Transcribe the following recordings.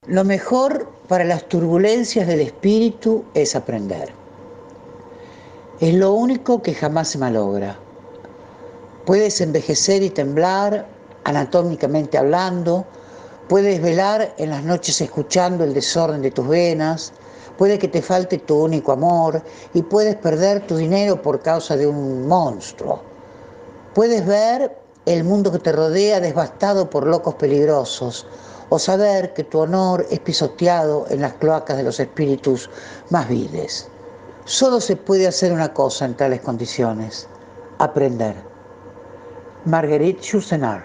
Lo mejor para las turbulencias del espíritu es aprender. Es lo único que jamás se malogra. Puedes envejecer y temblar, anatómicamente hablando, puedes velar en las noches escuchando el desorden de tus venas, puede que te falte tu único amor y puedes perder tu dinero por causa de un monstruo. Puedes ver el mundo que te rodea devastado por locos peligrosos, o saber que tu honor es pisoteado en las cloacas de los espíritus más viles. Solo se puede hacer una cosa en tales condiciones: aprender. Marguerite Yourcenar.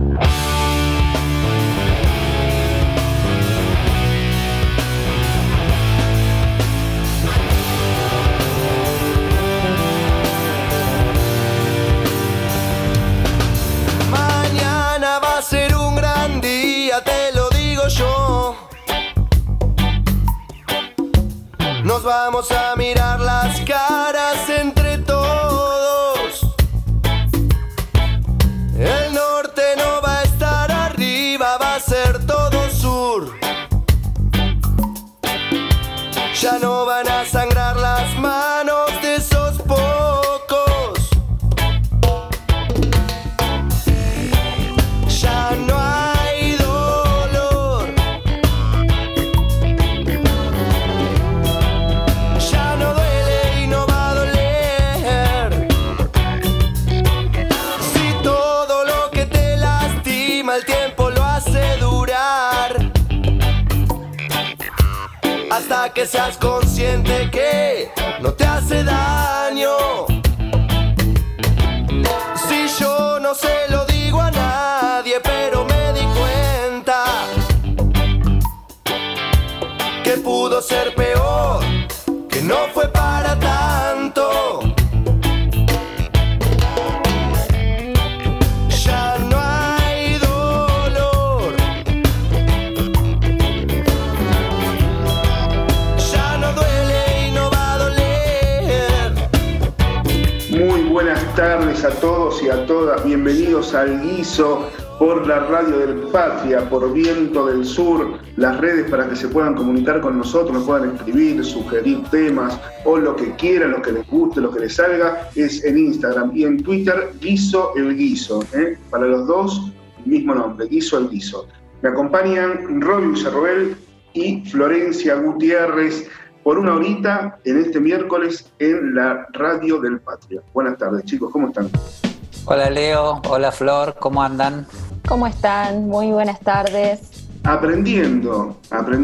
Mañana va a ser un gran día, te lo digo yo. Nos vamos a mirar las caras entre todos. El norte no va a estar arriba, va a ser todo sur. Ya no van a sangrar las manos de esos pocos. Ya no hay dolor. Ya no duele y no va a doler. Si todo lo que te lastima el tiempo lo hace durar, hasta que seas consciente que no te hace daño. Si yo no se lo digo a nadie, pero me di cuenta que pudo ser peor, que no fue para tanto. Ya no hay dolor. Ya no duele y no va a doler. Muy buenas tardes a todos y a todas, bienvenidos al Guiso por la Radio del Patria, por Viento del Sur, las redes para que se puedan comunicar con nosotros, nos puedan escribir, sugerir temas o lo que quieran, lo que les guste, lo que les salga, es en Instagram y en Twitter, Guiso el Guiso, para los dos, mismo nombre, Guiso el Guiso. Me acompañan Roby Villarroel y Florencia Gutiérrez por una horita en este miércoles en la Radio del Patria. Buenas tardes, chicos, ¿cómo están? Hola Leo, hola Flor, ¿cómo andan? ¿Cómo están? Muy buenas tardes. Aprendiendo,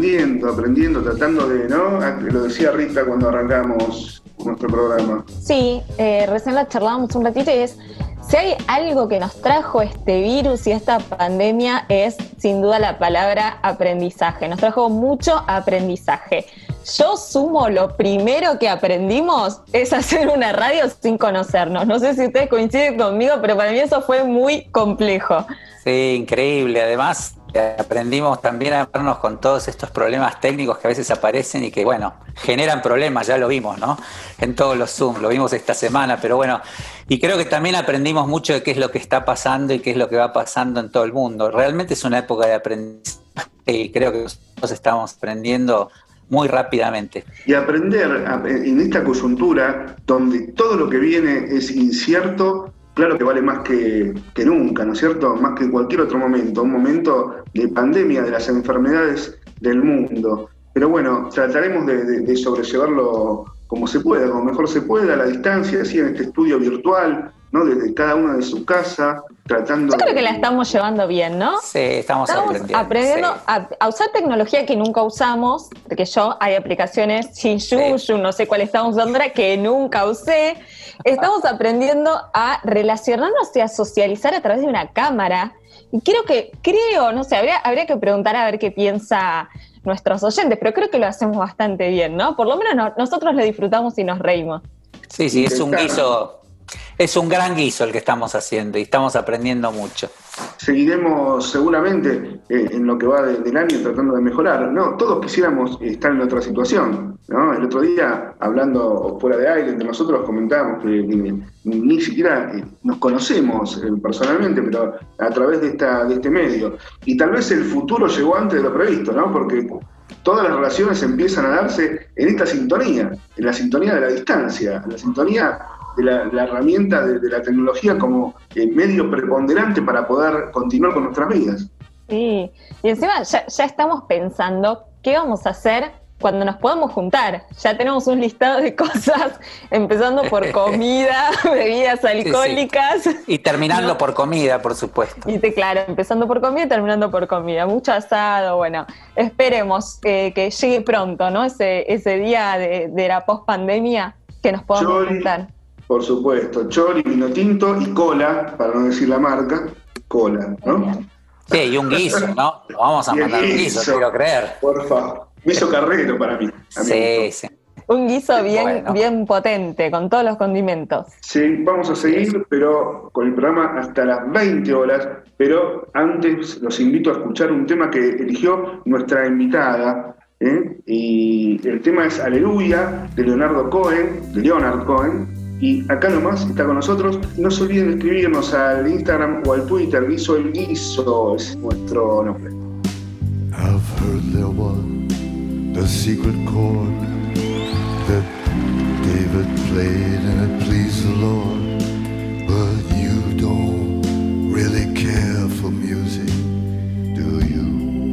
tratando de, ¿no? Lo decía Rita cuando arrancamos nuestro programa. Sí, recién la charlábamos un ratito y es, si hay algo que nos trajo este virus y esta pandemia es sin duda la palabra aprendizaje. Nos trajo mucho aprendizaje. Yo sumo, lo primero que aprendimos es hacer una radio sin conocernos. No sé si ustedes coinciden conmigo, pero para mí eso fue muy complejo. Sí, increíble. Además, aprendimos también a vernos con todos estos problemas técnicos que a veces aparecen y que, bueno, generan problemas, ya lo vimos, ¿no? En todos los Zoom, lo vimos esta semana, pero bueno, y creo que también aprendimos mucho de qué es lo que está pasando y qué es lo que va pasando en todo el mundo. Realmente es una época de aprendizaje y creo que nosotros estamos aprendiendo muy rápidamente. Y aprender en esta coyuntura donde todo lo que viene es incierto, claro que vale más que nunca, ¿no es cierto? Más que en cualquier otro momento, un momento de pandemia de las enfermedades del mundo. Pero bueno, trataremos de sobrellevarlo como se pueda, como mejor se pueda, a la distancia, así en este estudio virtual, ¿no? Desde cada uno de su casa, tratando... Yo creo que la estamos llevando bien, ¿no? Sí, estamos aprendiendo sí. a usar tecnología que nunca usamos, porque hay aplicaciones, Shinshu, Sí. no sé cuál estamos usando ahora, que nunca usé. Estamos aprendiendo a relacionarnos y a socializar a través de una cámara. Y creo, no sé, habría que preguntar a ver qué piensa nuestros oyentes, pero creo que lo hacemos bastante bien, ¿no? Por lo menos nosotros lo disfrutamos y nos reímos. Sí, es un guiso Es un gran guiso el que estamos haciendo y estamos aprendiendo mucho. Seguiremos seguramente en lo que va del año tratando de mejorar. No, todos quisiéramos estar en otra situación, ¿no? El otro día, hablando fuera de aire, entre nosotros comentábamos que ni siquiera nos conocemos personalmente, pero a través de este medio. Y tal vez el futuro llegó antes de lo previsto, ¿no? Porque todas las relaciones empiezan a darse en esta sintonía, en la sintonía de la distancia, en la sintonía de la herramienta de la tecnología como medio preponderante para poder continuar con nuestras vidas. Sí, y encima ya estamos pensando qué vamos a hacer cuando nos podamos juntar. Ya tenemos un listado de cosas, empezando por comida, bebidas alcohólicas. Sí. Y terminando, ¿no?, por comida, por supuesto. Claro, empezando por comida y terminando por comida. Mucho asado, bueno, esperemos que llegue pronto, ¿no? Ese día de la post-pandemia que nos podamos juntar. Por supuesto, chori, vino tinto y cola, para no decir la marca, cola, ¿no? Sí, y un guiso, ¿no? Lo vamos a mandar un guiso, quiero creer. Por favor, guiso carrero para mí. Sí. Un guiso bien potente, con todos los condimentos. Sí, vamos a seguir, pero con el programa hasta las 20 horas, pero antes los invito a escuchar un tema que eligió nuestra invitada, y el tema es Aleluya, de Leonard Cohen. Y acá nomás está con nosotros. No se olviden de escribirnos al Instagram o al Twitter. Guiso el Guiso es nuestro nombre. I've heard there was the secret chord that David played and it pleased the Lord. But you don't really care for music, do you?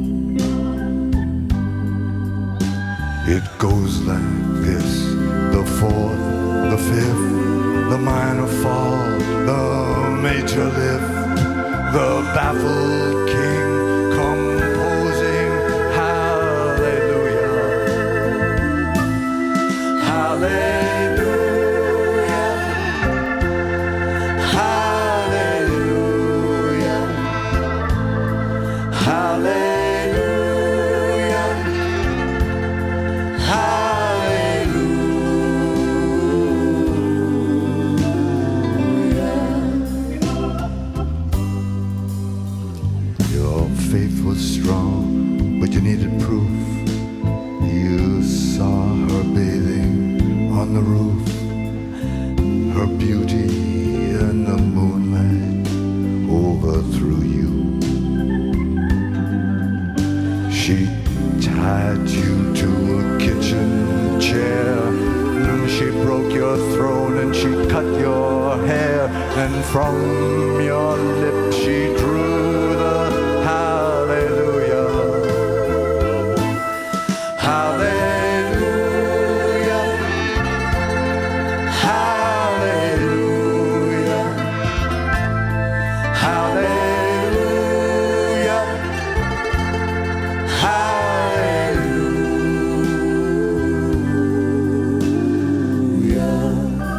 It goes like this: the fourth, the fifth, the minor fall, the major lift, the baffled king composing hallelujah, hallelujah, hallelujah, hallelujah. Strong, but you needed proof. You saw her bathing on the roof, her beauty in the moonlight overthrew you. She tied you to a kitchen chair, and she broke your throat and she cut your hair, and from your lips she drew the hallelujah, hallelujah, hallelujah, hallelujah, hallelujah.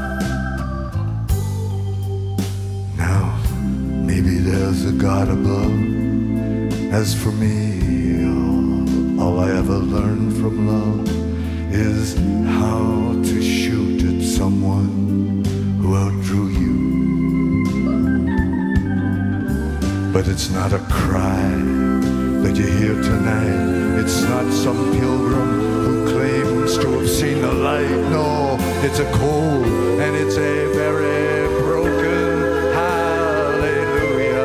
Now, maybe there's a God above. As for me, all I ever learned from love is how to shoot at someone who outdrew you. But it's not a cry that you hear tonight. It's not some pilgrim who claims to have seen the light. No, it's a cold and it's a very broken hallelujah.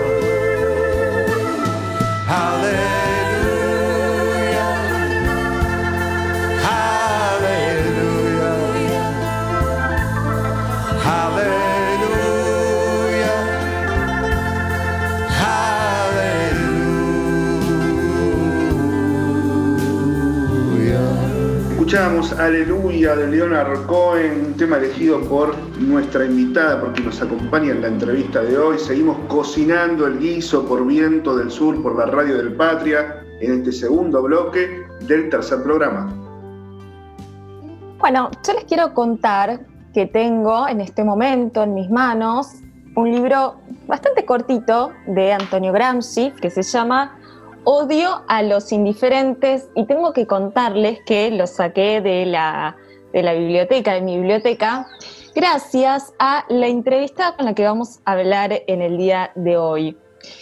Hallelujah, hallelujah, hallelujah, hallelujah. Escuchábamos Aleluya de Leonard Cohen, un tema elegido por nuestra invitada porque nos acompaña en la entrevista de hoy. Seguimos cocinando el guiso por Viento del Sur, por la Radio del Patria, en este segundo bloque del tercer programa. Bueno, yo les quiero contar que tengo en este momento en mis manos un libro bastante cortito de Antonio Gramsci que se llama Odio a los indiferentes, y tengo que contarles que lo saqué de mi biblioteca, gracias a la entrevista con la que vamos a hablar en el día de hoy.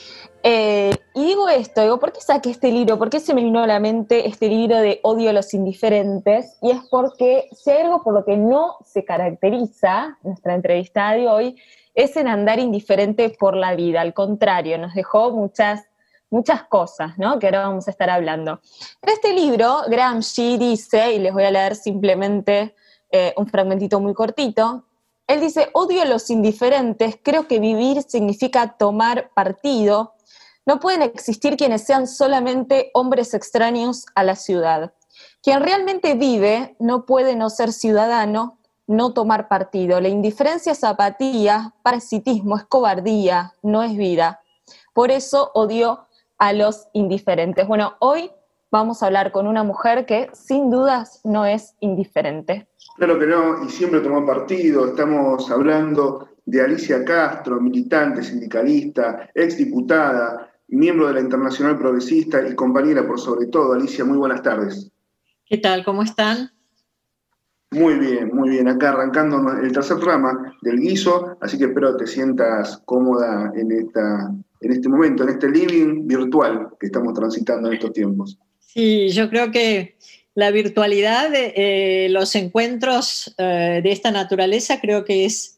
Y digo esto, ¿por qué saqué este libro? ¿Por qué se me vino a la mente este libro de Odio a los indiferentes? Y es porque si hay algo por lo que no se caracteriza nuestra entrevista de hoy, es en andar indiferente por la vida. Al contrario, nos dejó muchas cosas, ¿no?, que ahora vamos a estar hablando. En este libro, Gramsci dice, y les voy a leer simplemente un fragmentito muy cortito, él dice: odio a los indiferentes, creo que vivir significa tomar partido. No pueden existir quienes sean solamente hombres extraños a la ciudad. Quien realmente vive no puede no ser ciudadano, no tomar partido. La indiferencia es apatía, parasitismo, es cobardía, no es vida. Por eso odio a los indiferentes. Bueno, hoy vamos a hablar con una mujer que sin dudas no es indiferente. Claro que no, y siempre tomó partido. Estamos hablando de Alicia Castro, militante, sindicalista, exdiputada, miembro de la Internacional Progresista y compañera por sobre todo. Alicia, muy buenas tardes. ¿Qué tal? ¿Cómo están? Muy bien. Acá arrancando el tercer programa del Guiso, así que espero te sientas cómoda en este momento, en este living virtual que estamos transitando en estos tiempos. Sí, yo creo que la virtualidad, los encuentros de esta naturaleza, creo que es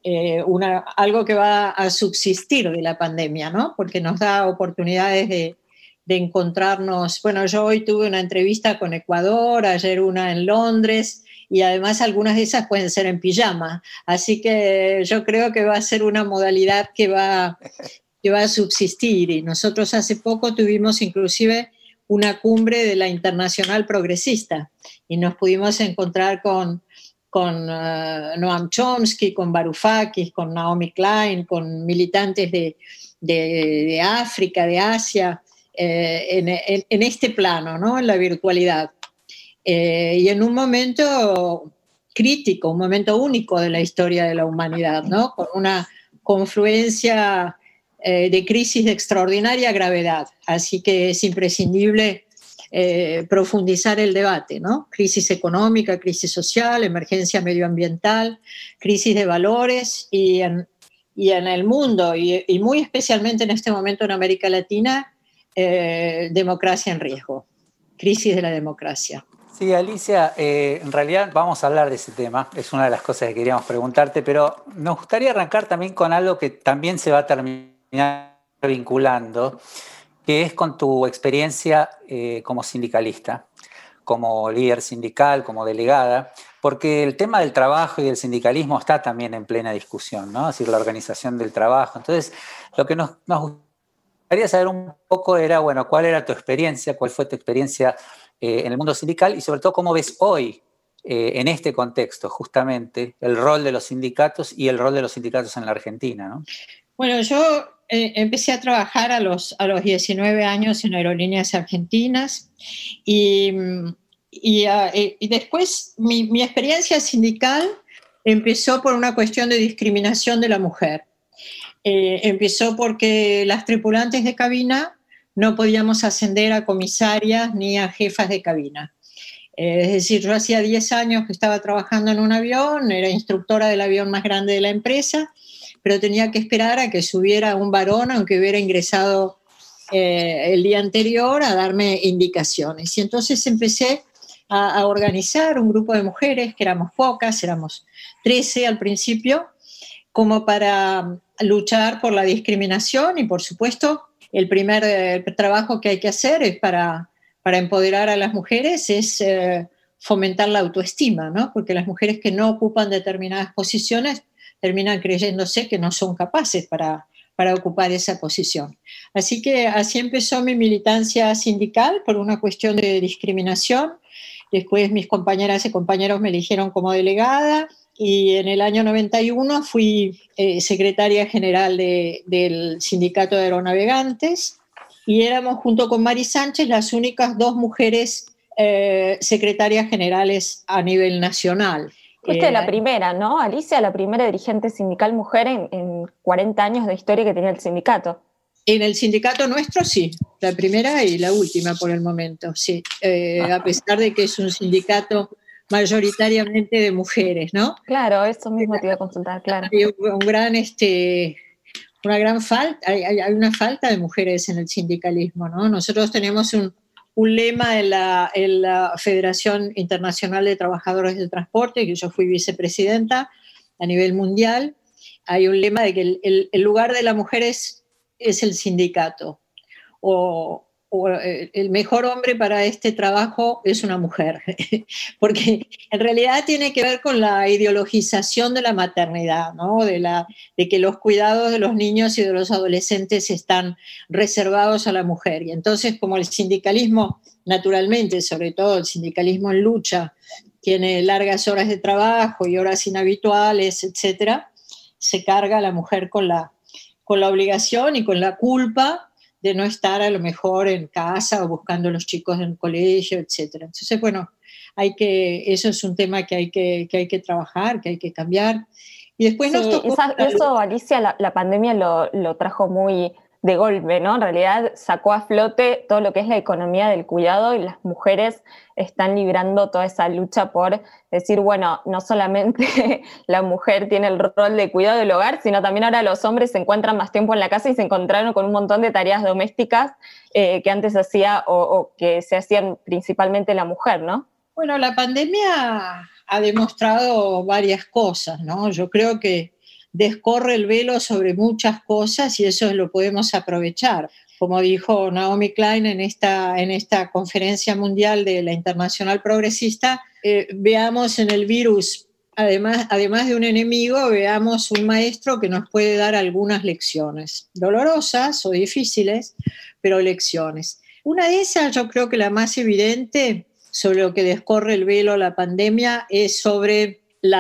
algo que va a subsistir de la pandemia, ¿no? Porque nos da oportunidades de encontrarnos. Bueno, yo hoy tuve una entrevista con Ecuador, ayer una en Londres, y además algunas de esas pueden ser en pijama. Así que yo creo que va a ser una modalidad que va a subsistir. Y nosotros hace poco tuvimos inclusive una cumbre de la Internacional Progresista y nos pudimos encontrar con Noam Chomsky, con Varoufakis, con Naomi Klein, con militantes de África, de Asia, en este plano, ¿no?, en la virtualidad. Y en un momento crítico, un momento único de la historia de la humanidad, ¿no?, con una confluencia de crisis de extraordinaria gravedad. Así que es imprescindible profundizar el debate, ¿no? Crisis económica, crisis social, emergencia medioambiental, crisis de valores y en el mundo, y muy especialmente en este momento en América Latina, democracia en riesgo, crisis de la democracia. Sí, Alicia, en realidad vamos a hablar de ese tema, es una de las cosas que queríamos preguntarte, pero nos gustaría arrancar también con algo que también se va a terminar vinculando, que es con tu experiencia como sindicalista, como líder sindical, como delegada, porque el tema del trabajo y del sindicalismo está también en plena discusión, ¿no? Es decir, la organización del trabajo. Entonces, lo que nos gustaría saber un poco era, bueno, ¿cuál era tu experiencia? ¿Cuál fue tu experiencia en el mundo sindical? Y sobre todo, ¿cómo ves hoy, en este contexto, justamente, el rol de los sindicatos y el rol de los sindicatos en la Argentina, ¿no? Bueno, yo empecé a trabajar a los 19 años en Aerolíneas Argentinas y después mi experiencia sindical empezó por una cuestión de discriminación de la mujer. Empezó porque las tripulantes de cabina no podíamos ascender a comisarias ni a jefas de cabina. Es decir, yo hacía 10 años que estaba trabajando en un avión, era instructora del avión más grande de la empresa, pero tenía que esperar a que subiera un varón, aunque hubiera ingresado el día anterior, a darme indicaciones. Y entonces empecé a organizar un grupo de mujeres, que éramos pocas, éramos 13 al principio, como para luchar por la discriminación. Y por supuesto, el primer trabajo que hay que hacer es para empoderar a las mujeres es fomentar la autoestima, ¿no? Porque las mujeres que no ocupan determinadas posiciones terminan creyéndose que no son capaces para ocupar esa posición. Así que así empezó mi militancia sindical, por una cuestión de discriminación. Después mis compañeras y compañeros me eligieron como delegada y en el año 91 fui secretaria general del Sindicato de Aeronavegantes y éramos, junto con Mari Sánchez, las únicas 2 mujeres secretarias generales a nivel nacional. Fuiste la primera, ¿no, Alicia? La primera dirigente sindical mujer en 40 años de historia que tenía el sindicato. En el sindicato nuestro, sí. La primera y la última por el momento, sí. A pesar de que es un sindicato mayoritariamente de mujeres, ¿no? Claro, eso mismo te iba a consultar, claro. Hay una gran falta, hay una falta de mujeres en el sindicalismo, ¿no? Nosotros tenemos un lema en la Federación Internacional de Trabajadores del Transporte, que yo fui vicepresidenta a nivel mundial. Hay un lema de que el lugar de la mujer es el sindicato, o el mejor hombre para este trabajo es una mujer, porque en realidad tiene que ver con la ideologización de la maternidad, ¿no? De que los cuidados de los niños y de los adolescentes están reservados a la mujer. Y entonces, como el sindicalismo, naturalmente, sobre todo el sindicalismo en lucha, tiene largas horas de trabajo y horas inhabituales, etcétera, se carga a la mujer con la obligación y con la culpa de no estar a lo mejor en casa o buscando a los chicos en el colegio, etcétera. Entonces, bueno, eso es un tema que hay que trabajar, que hay que cambiar. Y después nos tocó... Eso, Alicia, la pandemia lo trajo muy de golpe, ¿no? En realidad sacó a flote todo lo que es la economía del cuidado, y las mujeres están librando toda esa lucha por decir, bueno, no solamente la mujer tiene el rol de cuidado del hogar, sino también ahora los hombres se encuentran más tiempo en la casa y se encontraron con un montón de tareas domésticas que antes hacía o que se hacían principalmente la mujer, ¿no? Bueno, la pandemia ha demostrado varias cosas, ¿no? Yo creo que descorre el velo sobre muchas cosas y eso lo podemos aprovechar. Como dijo Naomi Klein en esta conferencia mundial de la Internacional Progresista, veamos en el virus, además de un enemigo, veamos un maestro que nos puede dar algunas lecciones, dolorosas o difíciles, pero lecciones. Una de esas, yo creo que la más evidente sobre lo que descorre el velo la pandemia, es sobre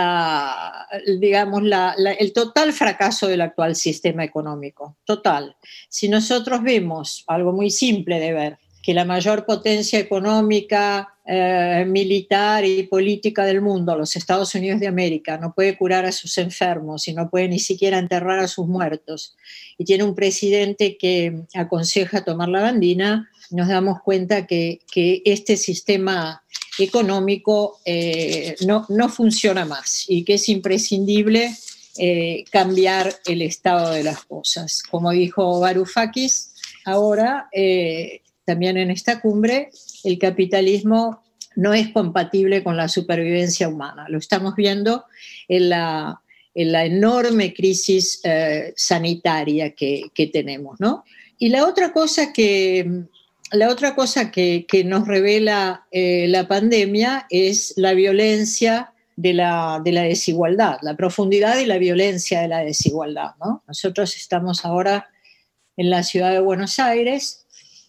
el total fracaso del actual sistema económico, total. Si nosotros vemos, algo muy simple de ver, que la mayor potencia económica, militar y política del mundo, los Estados Unidos de América, no puede curar a sus enfermos y no puede ni siquiera enterrar a sus muertos, y tiene un presidente que aconseja tomar la bandina, nos damos cuenta que este sistema económico no funciona más y que es imprescindible cambiar el estado de las cosas. Como dijo Varoufakis, ahora también en esta cumbre, el capitalismo no es compatible con la supervivencia humana. Lo estamos viendo en la enorme crisis sanitaria que tenemos, ¿no? Y la otra cosa que nos revela la pandemia es la violencia de la desigualdad, la profundidad y la violencia de la desigualdad, ¿no? Nosotros estamos ahora en la ciudad de Buenos Aires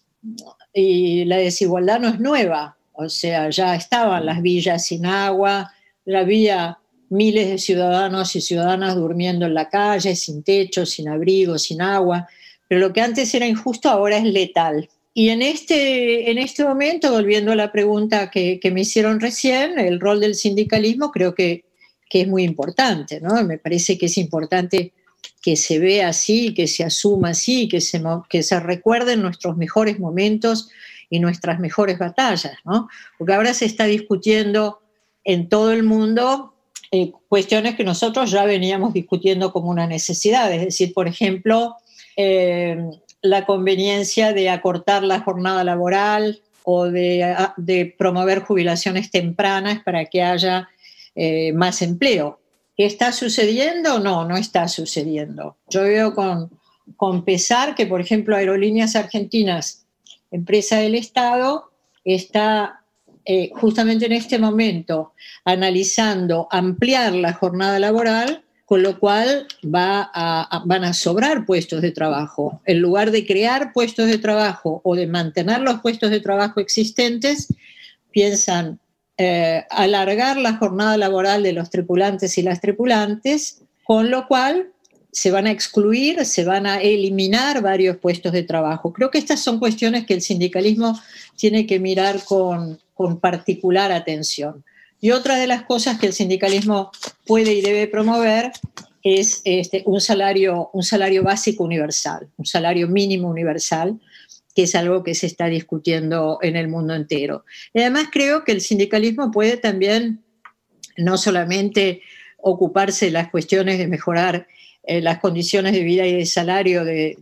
y la desigualdad no es nueva, o sea, ya estaban las villas sin agua, ya había miles de ciudadanos y ciudadanas durmiendo en la calle, sin techo, sin abrigo, sin agua, pero lo que antes era injusto ahora es letal. Y en este momento, volviendo a la pregunta que me hicieron recién, el rol del sindicalismo creo que es muy importante, ¿no? Me parece que es importante que se vea así, que se asuma así, que se recuerden nuestros mejores momentos y nuestras mejores batallas, ¿no? Porque ahora se está discutiendo en todo el mundo cuestiones que nosotros ya veníamos discutiendo como una necesidad, es decir, por ejemplo, la conveniencia de acortar la jornada laboral o de promover jubilaciones tempranas para que haya más empleo. ¿Está sucediendo? No está sucediendo. Yo veo con pesar que, por ejemplo, Aerolíneas Argentinas, empresa del Estado, está justamente en este momento analizando ampliar la jornada laboral, con lo cual van a sobrar puestos de trabajo. En lugar de crear puestos de trabajo o de mantener los puestos de trabajo existentes, piensan alargar la jornada laboral de los tripulantes y las tripulantes, con lo cual se van a excluir, se van a eliminar varios puestos de trabajo. Creo que estas son cuestiones que el sindicalismo tiene que mirar con particular atención. Y otra de las cosas que el sindicalismo puede y debe promover es un salario básico universal, un salario mínimo universal, que es algo que se está discutiendo en el mundo entero. Y además creo que el sindicalismo puede también no solamente ocuparse de las cuestiones de mejorar las condiciones de vida y de salario de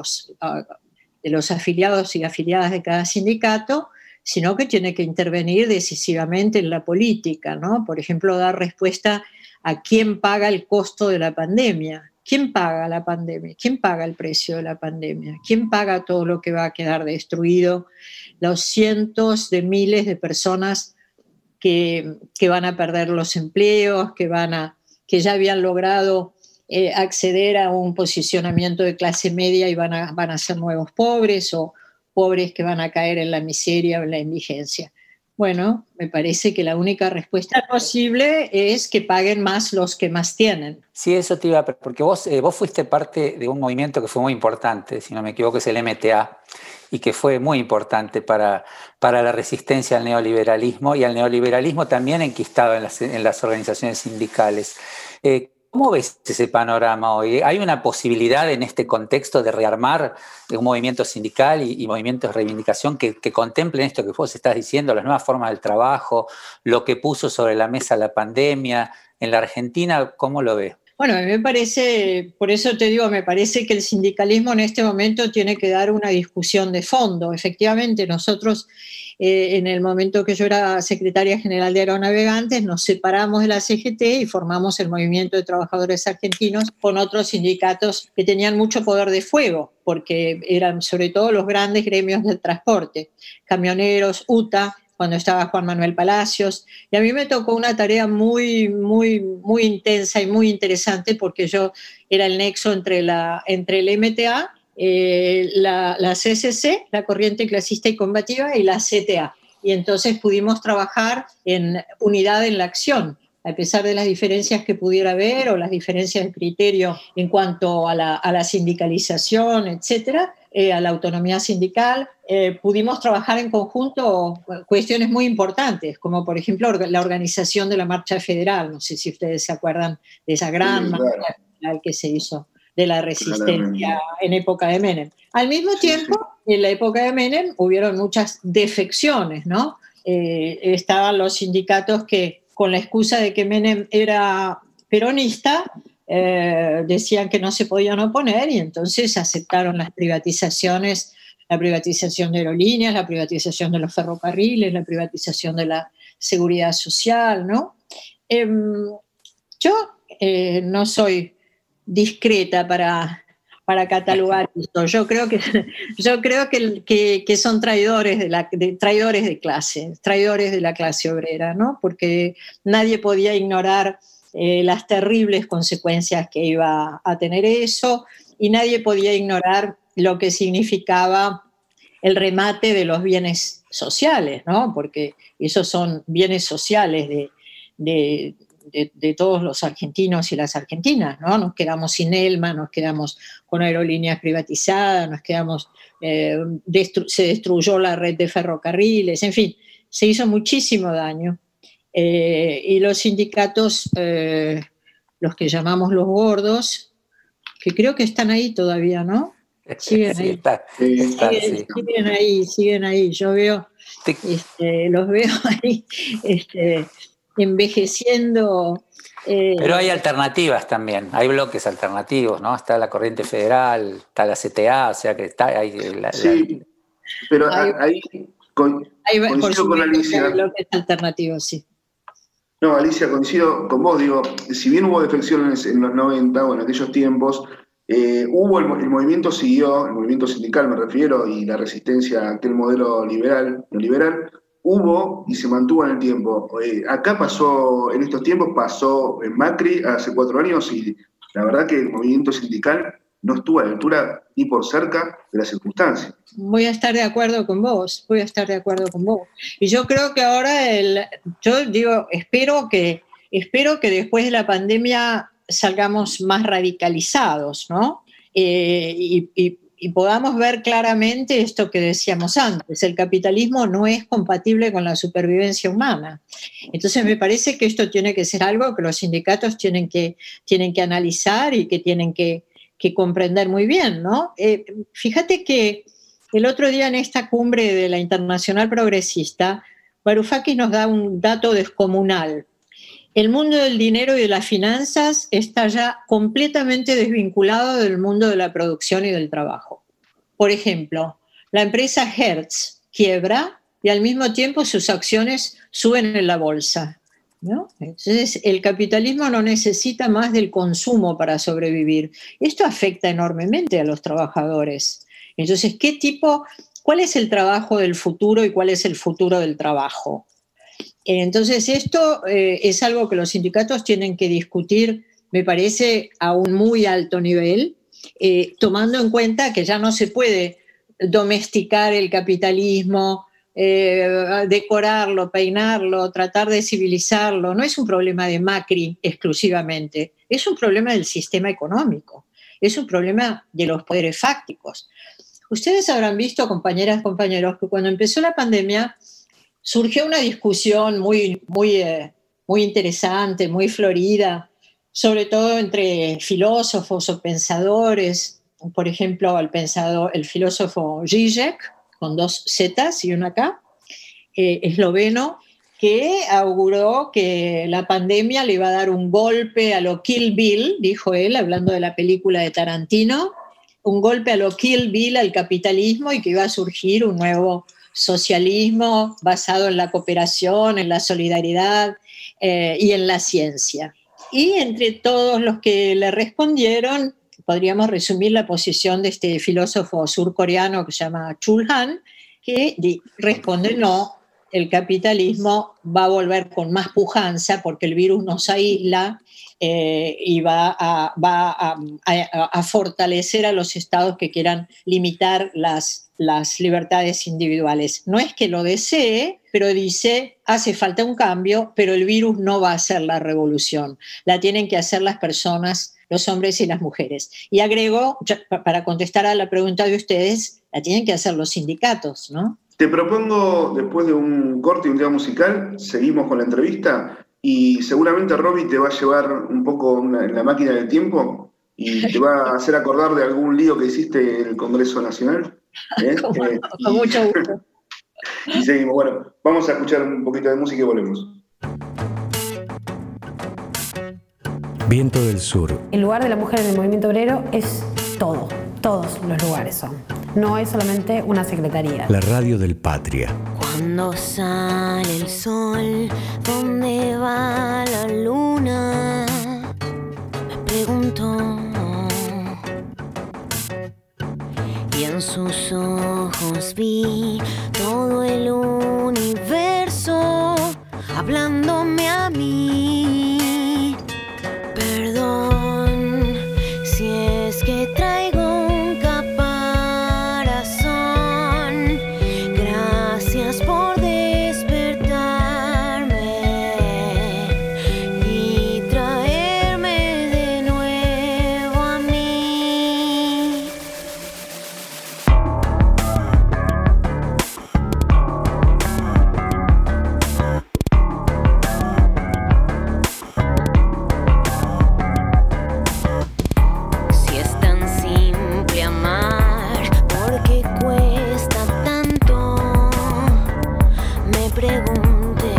los afiliados y afiliadas de cada sindicato, sino que tiene que intervenir decisivamente en la política, ¿no? Por ejemplo, dar respuesta a quién paga el costo de la pandemia. ¿Quién paga la pandemia? ¿Quién paga el precio de la pandemia? ¿Quién paga todo lo que va a quedar destruido? Los cientos de miles de personas que van a perder los empleos, que ya habían logrado acceder a un posicionamiento de clase media y van a ser nuevos pobres, o pobres que van a caer en la miseria o en la indigencia. Bueno, me parece que la única respuesta posible es que paguen más los que más tienen. Sí, eso te iba porque vos fuiste parte de un movimiento que fue muy importante, si no me equivoco es el MTA, y que fue muy importante para la resistencia al neoliberalismo, y al neoliberalismo también enquistado en las organizaciones sindicales. ¿Cómo ves ese panorama hoy? ¿Hay una posibilidad en este contexto de rearmar un movimiento sindical y movimientos de reivindicación que contemplen esto que vos estás diciendo, las nuevas formas del trabajo, lo que puso sobre la mesa la pandemia? En la Argentina, ¿cómo lo ves? Bueno, a mí me parece, por eso te digo, me parece que el sindicalismo en este momento tiene que dar una discusión de fondo. Efectivamente, nosotros en el momento que yo era secretaria general de Aeronavegantes nos separamos de la CGT y formamos el Movimiento de Trabajadores Argentinos con otros sindicatos que tenían mucho poder de fuego, porque eran sobre todo los grandes gremios del transporte, camioneros, UTA, cuando estaba Juan Manuel Palacios, y a mí me tocó una tarea muy, muy, muy intensa y muy interesante, porque yo era el nexo entre el MTA, la CCC, la Corriente Clasista y Combativa, y la CTA. Y entonces pudimos trabajar en unidad en la acción, a pesar de las diferencias que pudiera haber o las diferencias de criterio en cuanto a la sindicalización, etcétera, a la autonomía sindical, pudimos trabajar en conjunto cuestiones muy importantes, como por ejemplo la organización de la Marcha Federal. No sé si ustedes se acuerdan de esa gran marcha federal que se hizo de la resistencia en época de Menem. Al mismo tiempo, en la época de Menem hubieron muchas defecciones, ¿no? Estaban los sindicatos que, con la excusa de que Menem era peronista, decían que no se podían oponer, y entonces aceptaron las privatizaciones, la privatización de aerolíneas, la privatización de los ferrocarriles, la privatización de la seguridad social, ¿no? Yo no soy discreta para catalogar esto. Yo creo que son traidores de la clase obrera, ¿no? Porque nadie podía ignorar las terribles consecuencias que iba a tener eso, y nadie podía ignorar lo que significaba el remate de los bienes sociales, ¿no? Porque esos son bienes sociales de todos los argentinos y las argentinas, ¿no? Nos quedamos sin ELMA, nos quedamos con aerolíneas privatizadas, se destruyó la red de ferrocarriles, en fin, se hizo muchísimo daño. Y los sindicatos, los que llamamos los gordos, que creo que están ahí todavía, ¿no? Siguen ahí. Siguen ahí. Yo veo, los veo ahí, envejeciendo. Pero hay alternativas también, hay bloques alternativos, ¿no? Está la Corriente Federal, está la CTA, o sea que está ahí. Pero ahí coincido con Alicia. Hay bloques alternativos, sí. No, Alicia, coincido con vos, digo, si bien hubo defecciones en los 90 o en aquellos tiempos, el movimiento siguió, el movimiento sindical me refiero, y la resistencia a aquel modelo neoliberal, hubo y se mantuvo en el tiempo. Acá pasó, en estos tiempos pasó en Macri hace 4 años, y la verdad que el movimiento sindical no estuvo a la altura ni por cerca de las circunstancias. Voy a estar de acuerdo con vos. Y yo creo que ahora, espero que después de la pandemia salgamos más radicalizados, ¿no? Y podamos ver claramente esto que decíamos antes: el capitalismo no es compatible con la supervivencia humana. Entonces me parece que esto tiene que ser algo que los sindicatos tienen que analizar y que tienen que comprender muy bien, ¿no? Fíjate que el otro día en esta cumbre de la Internacional Progresista, Varoufakis nos da un dato descomunal. el mundo del dinero y de las finanzas está ya completamente desvinculado del mundo de la producción y del trabajo. Por ejemplo, la empresa Hertz quiebra y al mismo tiempo sus acciones suben en la bolsa, ¿no? Entonces, el capitalismo no necesita más del consumo para sobrevivir. Esto afecta enormemente a los trabajadores. Entonces, ¿cuál es el trabajo del futuro y cuál es el futuro del trabajo? Entonces, esto es algo que los sindicatos tienen que discutir, me parece, a un muy alto nivel, tomando en cuenta que ya no se puede domesticar el capitalismo, decorarlo, peinarlo, tratar de civilizarlo. No es un problema de Macri exclusivamente, es un problema del sistema económico, es un problema de los poderes fácticos. Ustedes habrán visto, compañeras, compañeros, que cuando empezó la pandemia surgió una discusión muy interesante, muy florida, sobre todo entre filósofos o pensadores. Por ejemplo, el filósofo Zizek, con 2 Zetas y una K, esloveno, que auguró que la pandemia le iba a dar un golpe a lo Kill Bill, dijo él, hablando de la película de Tarantino, un golpe a lo Kill Bill al capitalismo y que iba a surgir un nuevo socialismo basado en la cooperación, en la solidaridad y en la ciencia. Y entre todos los que le respondieron, podríamos resumir la posición de este filósofo surcoreano que se llama Chul Han, que responde no, el capitalismo va a volver con más pujanza porque el virus nos aísla y va a fortalecer a los estados que quieran limitar las libertades individuales. No es que lo desee, pero dice, hace falta un cambio, pero el virus no va a hacer la revolución. La tienen que hacer las personas, los hombres y las mujeres. Y agregó, para contestar a la pregunta de ustedes, la tienen que hacer los sindicatos, ¿no? Te propongo, después de un corte y un tema musical, seguimos con la entrevista y seguramente Robbie te va a llevar un poco en la máquina del tiempo y te va a hacer acordar de algún lío que hiciste en el Congreso Nacional. Con mucho gusto. Y seguimos. Bueno, vamos a escuchar un poquito de música y volvemos. Viento del Sur. El lugar de la mujer en el movimiento obrero es todo, todos los lugares son. No es solamente una secretaría. La radio del Patria. Cuando sale el sol, ¿dónde va la luna? Me pregunto. Y en sus ojos vi todo el universo hablándome a mí. Perdón si es que traigo un caparazón. Gracias por despertarme y traerme de nuevo a mí. Si es tan simple amar, ¿por qué cuesta tanto? Me pregunté.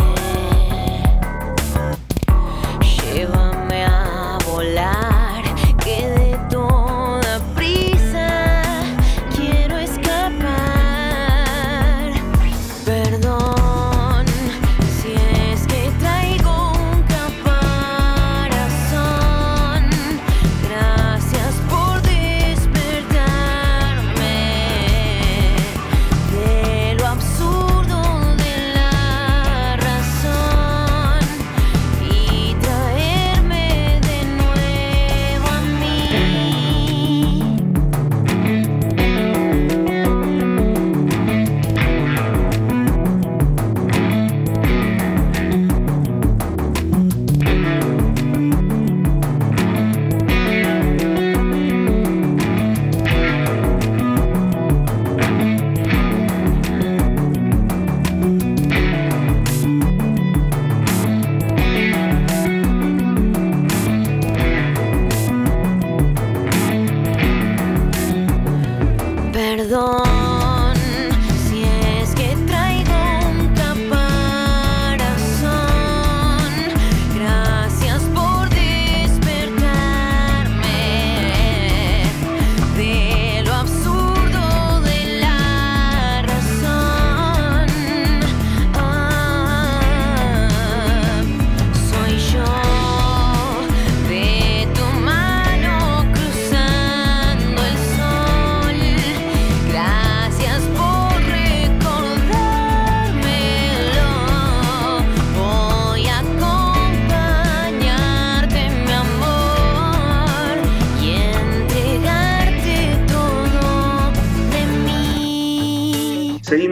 Llévame a volar, que de toda prisa quiero escapar. Perdón si es que traigo un caparazón. Gracias por despertarme de lo absurdo de la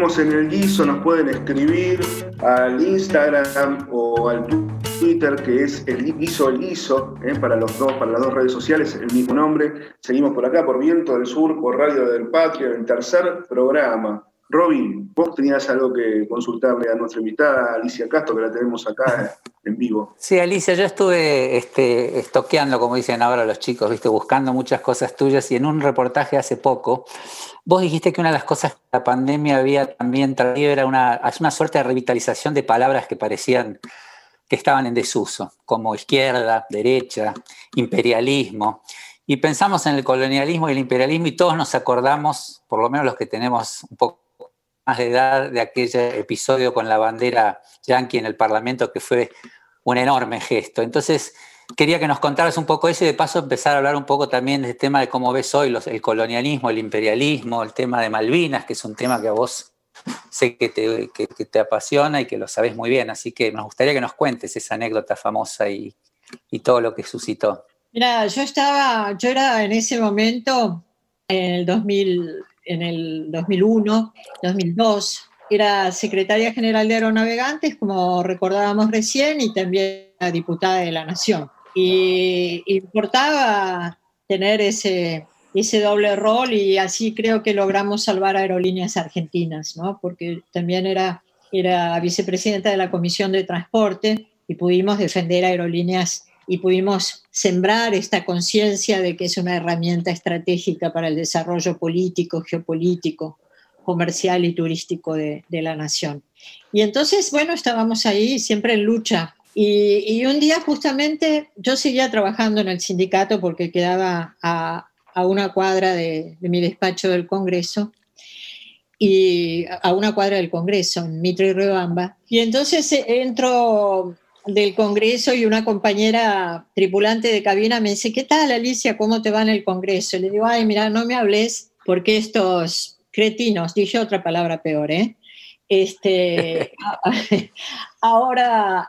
Seguimos en El Guiso, nos pueden escribir al Instagram o al Twitter, que es El Guiso, para las dos redes sociales, el mismo nombre. Seguimos por acá, por Viento del Sur, por Radio del Patria, en el tercer programa. Robin, vos tenías algo que consultarle a nuestra invitada Alicia Castro, que la tenemos acá en vivo. Sí, Alicia, yo estuve estoqueando, como dicen ahora los chicos, buscando muchas cosas tuyas, y en un reportaje hace poco, vos dijiste que una de las cosas que la pandemia había también traído era una suerte de revitalización de palabras que parecían que estaban en desuso, como izquierda, derecha, imperialismo. Y pensamos en el colonialismo y el imperialismo y todos nos acordamos, por lo menos los que tenemos un poco más de edad, de aquel episodio con la bandera yanqui en el Parlamento, que fue un enorme gesto. Entonces, quería que nos contaras un poco eso y de paso empezar a hablar un poco también del tema de cómo ves hoy el colonialismo, el imperialismo, el tema de Malvinas, que es un tema que a vos sé que te apasiona y que lo sabés muy bien. Así que nos gustaría que nos cuentes esa anécdota famosa y todo lo que suscitó. Mira, yo era en ese momento, en el 2001, 2002, era secretaria general de Aeronavegantes, como recordábamos recién, y también diputada de la Nación. Y importaba tener ese doble rol, y así creo que logramos salvar Aerolíneas Argentinas, ¿no? Porque también era vicepresidenta de la Comisión de Transporte y pudimos defender Aerolíneas y pudimos sembrar esta conciencia de que es una herramienta estratégica para el desarrollo político, geopolítico, comercial y turístico de la nación. Y entonces, bueno, estábamos ahí siempre en lucha. Y un día justamente yo seguía trabajando en el sindicato porque quedaba a una cuadra de mi despacho del Congreso, y a una cuadra del Congreso, en Mitre y Riobamba. Y entonces entro del Congreso y una compañera tripulante de cabina me dice: ¿qué tal, Alicia? ¿Cómo te va en el Congreso? Y le digo: ay, mira, no me hables porque estos cretinos, dije otra palabra peor, ahora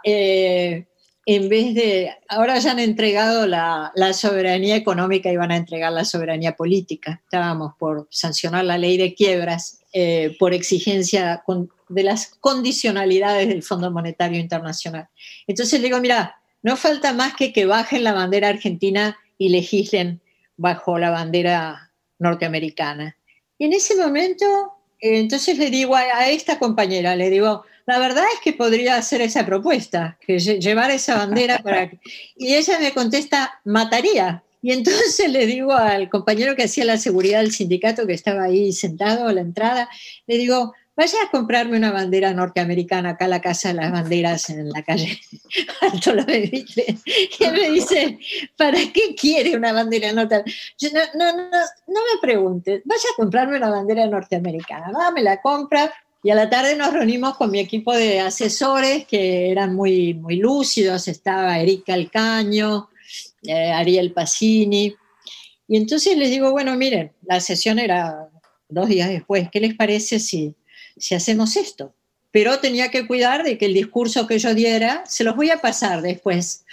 ahora ya han entregado la soberanía económica y van a entregar la soberanía política. Estábamos por sancionar la ley de quiebras por exigencia de las condicionalidades del Fondo Monetario Internacional. Entonces le digo: mira, no falta más que bajen la bandera argentina y legislen bajo la bandera norteamericana. Y en ese momento, entonces le digo a esta compañera, le digo: la verdad es que podría hacer esa propuesta, que llevar esa bandera Y ella me contesta: mataría. Y entonces le digo al compañero que hacía la seguridad del sindicato, que estaba ahí sentado a la entrada, le digo: vaya a comprarme una bandera norteamericana acá a la Casa de las Banderas en la calle Alto La Bebitre. Y él me dice: ¿para qué quiere una bandera norteamericana? Yo, no me preguntes, vaya a comprarme una bandera norteamericana. Va, me la compra. Y a la tarde nos reunimos con mi equipo de asesores, que eran muy, muy lúcidos. Estaba Erika Alcaño, Ariel Pacini. Y entonces les digo: bueno, miren, la sesión era 2 días después, ¿qué les parece si hacemos esto? Pero tenía que cuidar de que el discurso que yo diera, se los voy a pasar después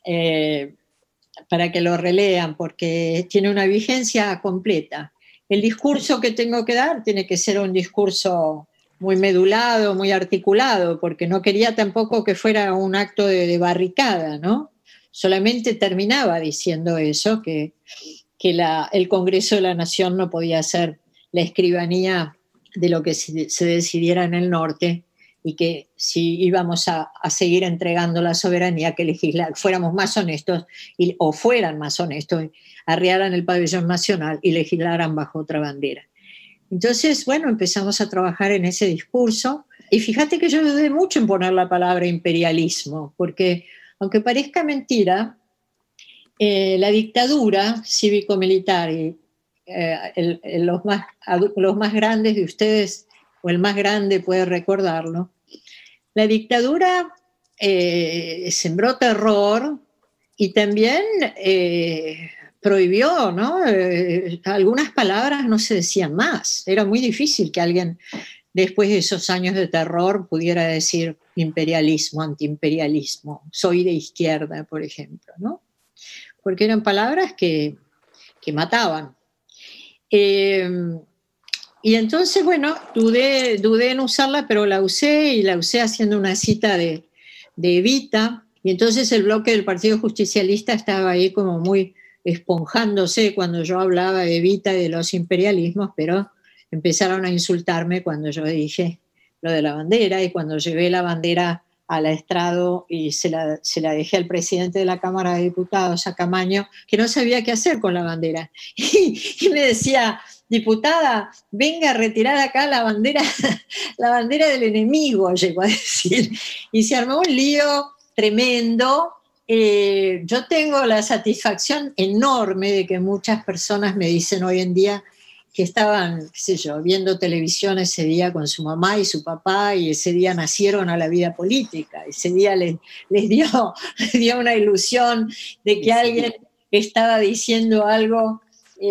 para que lo relean, porque tiene una vigencia completa. El discurso que tengo que dar tiene que ser un discurso muy medulado, muy articulado, porque no quería tampoco que fuera un acto de barricada, ¿no? Solamente terminaba diciendo eso, que el Congreso de la Nación no podía ser la escribanía de lo que se decidiera en el norte, y que si íbamos a seguir entregando la soberanía, que fuéramos más honestos, o fueran más honestos, arriaran el pabellón nacional y legislaran bajo otra bandera. Entonces, bueno, empezamos a trabajar en ese discurso, y fíjate que yo dudé mucho en poner la palabra imperialismo, porque aunque parezca mentira, la dictadura cívico-militar, y los más grandes de ustedes, o el más grande puede recordarlo, la dictadura sembró terror y también prohibió, ¿no? Algunas palabras no se decían más. Era muy difícil que alguien, después de esos años de terror, pudiera decir imperialismo, antiimperialismo, soy de izquierda, por ejemplo, ¿no? Porque eran palabras que mataban. Y entonces, bueno, dudé en usarla, pero la usé y la usé haciendo una cita de Evita. Y entonces el bloque del Partido Justicialista estaba ahí como muy esponjándose cuando yo hablaba de Evita y de los imperialismos, pero empezaron a insultarme cuando yo dije lo de la bandera y cuando llevé la bandera al estrado y se la dejé al presidente de la Cámara de Diputados, a Camaño, que no sabía qué hacer con la bandera. Y me decía, diputada, venga a retirar acá la bandera del enemigo, llegó a decir. Y se armó un lío tremendo. Yo tengo la satisfacción enorme de que muchas personas me dicen hoy en día que estaban, qué sé yo, viendo televisión ese día con su mamá y su papá y ese día nacieron a la vida política. Ese día les dio una ilusión de que alguien estaba diciendo algo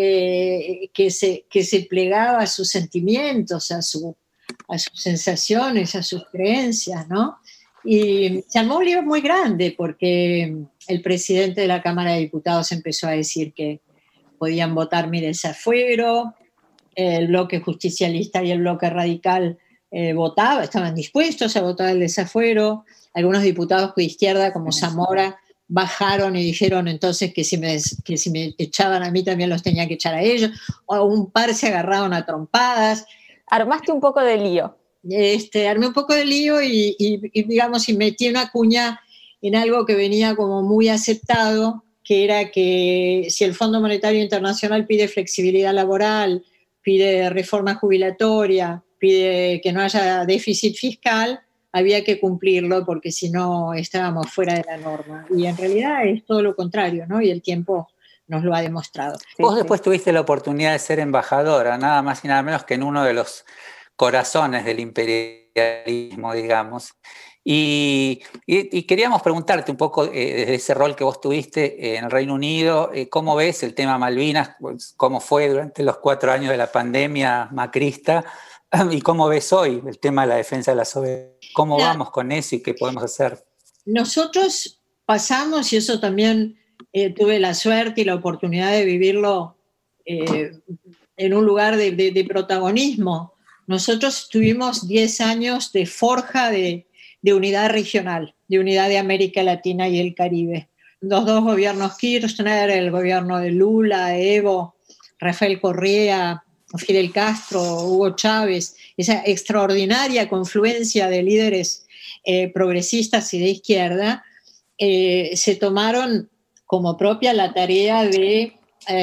que se plegaba a sus sentimientos, a sus sensaciones, a sus creencias, ¿no? Y se armó un lío muy grande porque el presidente de la Cámara de Diputados empezó a decir que podían votar mi desafuero, el bloque justicialista y el bloque radical estaban dispuestos a votar el desafuero, algunos diputados de izquierda como Zamora bajaron y dijeron entonces que si me echaban a mí también los tenía que echar a ellos, o un par se agarraron a trompadas. Armaste un poco de lío. Armé un poco de lío y digamos, y metí una cuña en algo que venía como muy aceptado, que era que si el Fondo Monetario Internacional pide flexibilidad laboral, pide reforma jubilatoria, pide que no haya déficit fiscal, había que cumplirlo porque si no estábamos fuera de la norma. Y en realidad es todo lo contrario, ¿no? Y el tiempo nos lo ha demostrado. Vos después tuviste la oportunidad de ser embajadora, nada más y nada menos que en uno de los corazones del imperialismo, digamos. Y queríamos preguntarte un poco desde ese rol que vos tuviste en el Reino Unido, ¿cómo ves el tema Malvinas? ¿Cómo fue durante los 4 años de la pandemia macrista? ¿Y cómo ves hoy el tema de la defensa de la soberanía? ¿Cómo vamos con eso y qué podemos hacer? Nosotros pasamos, y eso también tuve la suerte y la oportunidad de vivirlo en un lugar de protagonismo. Nosotros tuvimos 10 años de forja de unidad regional, de unidad de América Latina y el Caribe. Los 2 gobiernos Kirchner, el gobierno de Lula, Evo, Rafael Correa, Fidel Castro, Hugo Chávez, esa extraordinaria confluencia de líderes progresistas y de izquierda, se tomaron como propia la tarea de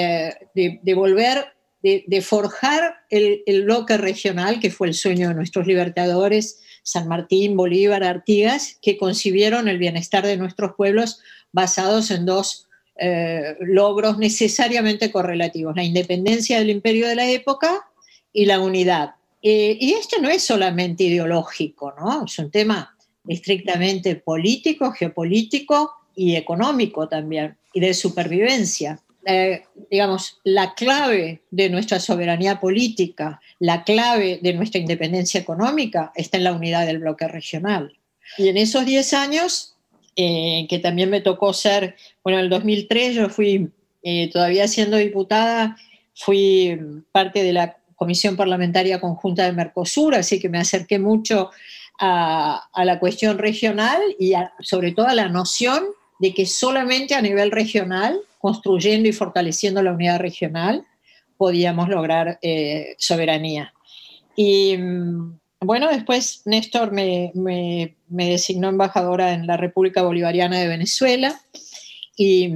volver, de forjar el bloque regional, que fue el sueño de nuestros libertadores, San Martín, Bolívar, Artigas, que concibieron el bienestar de nuestros pueblos basados en 2 logros necesariamente correlativos: la independencia del imperio de la época y la unidad. Y esto no es solamente ideológico, ¿no? Es un tema estrictamente político, geopolítico y económico también, y de supervivencia. Digamos, la clave de nuestra soberanía política, la clave de nuestra independencia económica está en la unidad del bloque regional. Y en esos 10 años, que también me tocó ser, bueno, en el 2003 yo fui, todavía siendo diputada, fui parte de la Comisión Parlamentaria Conjunta del Mercosur, así que me acerqué mucho a la cuestión regional y sobre todo a la noción de que solamente a nivel regional, construyendo y fortaleciendo la unidad regional, podíamos lograr soberanía. Y bueno, después Néstor me designó embajadora en la República Bolivariana de Venezuela y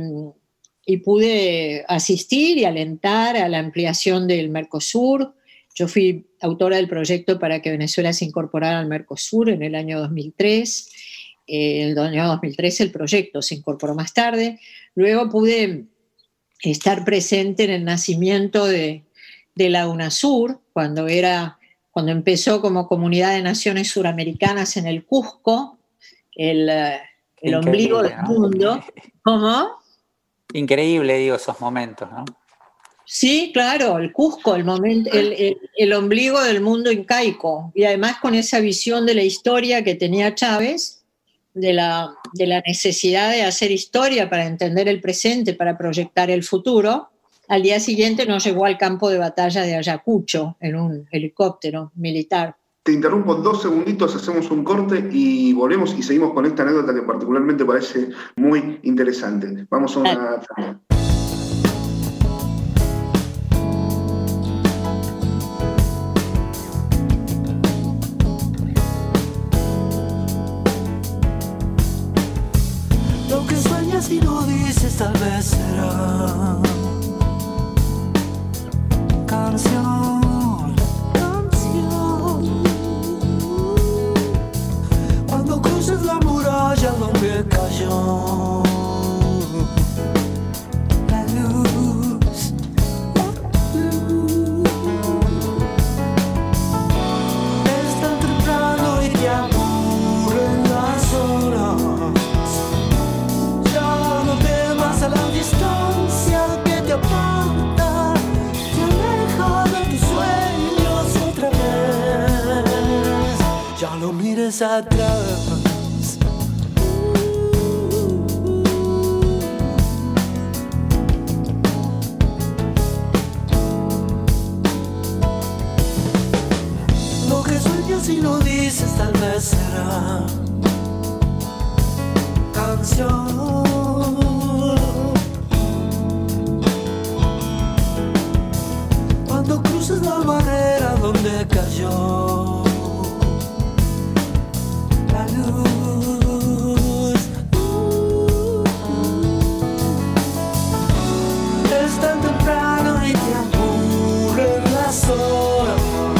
pude asistir y alentar a la ampliación del Mercosur. Yo fui autora del proyecto para que Venezuela se incorporara al Mercosur en el año 2003. En el año 2013 el proyecto se incorporó más tarde. Luego pude estar presente en el nacimiento de la UNASUR, cuando empezó como Comunidad de Naciones Suramericanas en el Cusco, el ombligo del mundo. ¿Cómo? Increíble, digo, esos momentos, ¿no? Sí, claro, el Cusco, el ombligo del mundo incaico, y además con esa visión de la historia que tenía Chávez, de la necesidad de hacer historia para entender el presente, para proyectar el futuro. al día siguiente nos llevó al campo de batalla de Ayacucho en un helicóptero militar. Te interrumpo 2 segunditos, hacemos un corte y volvemos y seguimos con esta anécdota que particularmente parece muy interesante. Vamos a una... Lo que sueñas y no dices tal vez será canción, canción. Cuando cruces la muralla donde cayó la luz, es tan temprano y te aburren las horas. Ya no temas a la distancia que te aparta, te aleja de tus sueños otra vez. Ya no mires atrás. Lo que sueñas y no dices tal vez será canción. Cuando cruces la barrera donde cayó la luz, es tan temprano y te aburren las horas.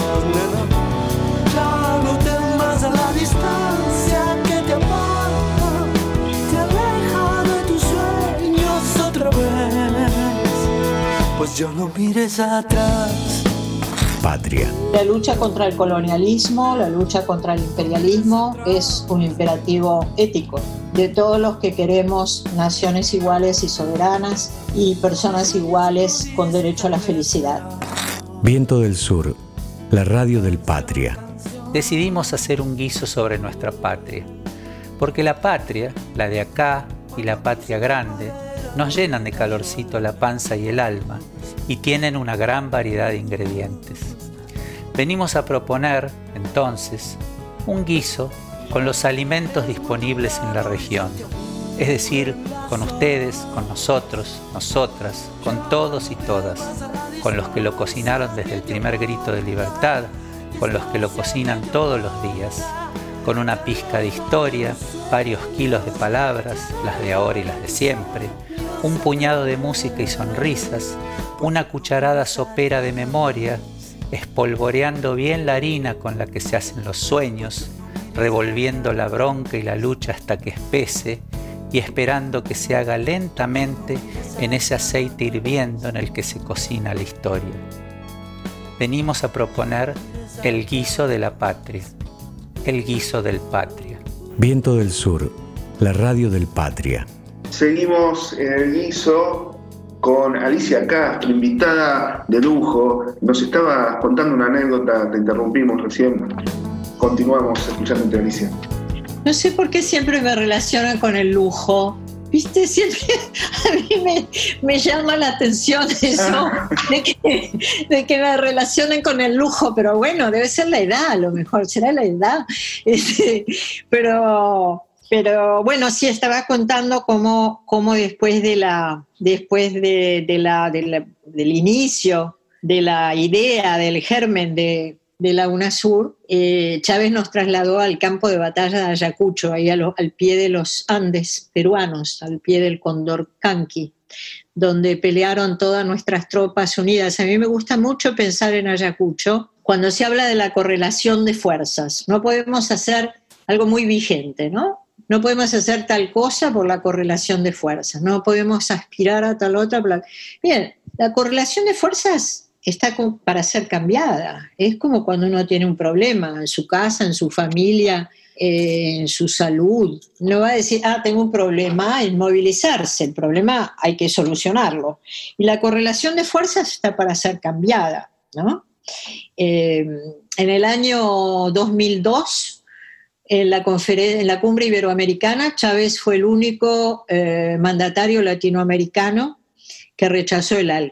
Ya no temas a la distancia que te aparta, te aleja de tus sueños otra vez. Pues ya no mires atrás. Patria. La lucha contra el colonialismo, la lucha contra el imperialismo es un imperativo ético de todos los que queremos naciones iguales y soberanas y personas iguales con derecho a la felicidad. Viento del Sur, la radio del Patria. Decidimos hacer un guiso sobre nuestra patria, porque la patria, la de acá y la patria grande, nos llenan de calorcito la panza y el alma y tienen una gran variedad de ingredientes. Venimos a proponer, entonces, un guiso con los alimentos disponibles en la región, es decir, con ustedes, con nosotros, nosotras, con todos y todas, con los que lo cocinaron desde el primer grito de libertad, con los que lo cocinan todos los días, con una pizca de historia, varios kilos de palabras, las de ahora y las de siempre, un puñado de música y sonrisas, una cucharada sopera de memoria, espolvoreando bien la harina con la que se hacen los sueños, revolviendo la bronca y la lucha hasta que espese y esperando que se haga lentamente en ese aceite hirviendo en el que se cocina la historia. Venimos a proponer el guiso de la patria, el guiso del Patria. Viento del Sur, la radio del Patria. Seguimos en el guiso con Alicia Castro, invitada de lujo. Nos estaba contando una anécdota, te interrumpimos recién. Continuamos escuchándote, Alicia. No sé por qué siempre me relacionan con el lujo. ¿Viste? Siempre a mí me llama la atención eso de que me relacionen con el lujo, pero bueno, debe ser la edad, a lo mejor será la edad. Pero bueno, sí, estaba contando cómo después del inicio de la idea, del germen de la UNASUR, Chávez nos trasladó al campo de batalla de Ayacucho, ahí al pie de los Andes peruanos, al pie del Condorcanqui, donde pelearon todas nuestras tropas unidas. A mí me gusta mucho pensar en Ayacucho cuando se habla de la correlación de fuerzas. No podemos hacer algo muy vigente, ¿no? No podemos hacer tal cosa por la correlación de fuerzas, no podemos aspirar a tal otra. Bien, la correlación de fuerzas está para ser cambiada. Es como cuando uno tiene un problema en su casa, en su familia, en su salud. No va a decir, tengo un problema, inmovilizarse. El problema hay que solucionarlo. Y la correlación de fuerzas está para ser cambiada, ¿no? En el año 2002, en la cumbre iberoamericana, Chávez fue el único mandatario latinoamericano que rechazó el ALCA.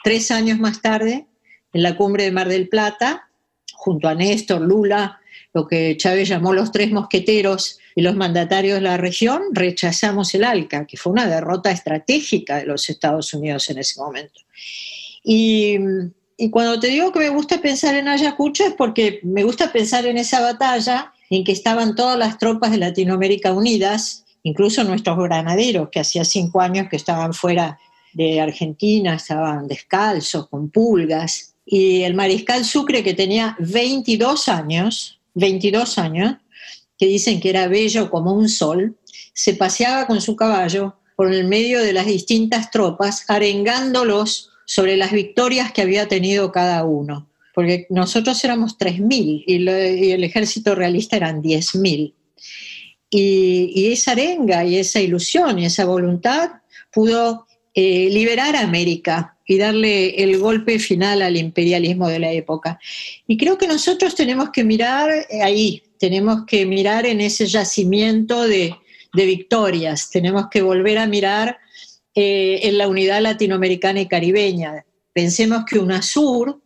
3 años más tarde, en la cumbre de Mar del Plata, junto a Néstor, Lula, lo que Chávez llamó los 3 mosqueteros y los mandatarios de la región, rechazamos el ALCA, que fue una derrota estratégica de los Estados Unidos en ese momento. Y cuando te digo que me gusta pensar en Ayacucho es porque me gusta pensar en esa batalla en que estaban todas las tropas de Latinoamérica unidas, incluso nuestros granaderos, que hacía 5 años que estaban fuera de Argentina, estaban descalzos, con pulgas, y el mariscal Sucre, que tenía 22 años, que dicen que era bello como un sol, se paseaba con su caballo por el medio de las distintas tropas, arengándolos sobre las victorias que había tenido cada uno, porque nosotros éramos 3.000 y el ejército realista eran 10.000. Y esa arenga y esa ilusión y esa voluntad pudo liberar a América y darle el golpe final al imperialismo de la época. Y creo que nosotros tenemos que mirar ahí, tenemos que mirar en ese yacimiento de victorias, tenemos que volver a mirar en la unidad latinoamericana y caribeña. Pensemos que UNASUR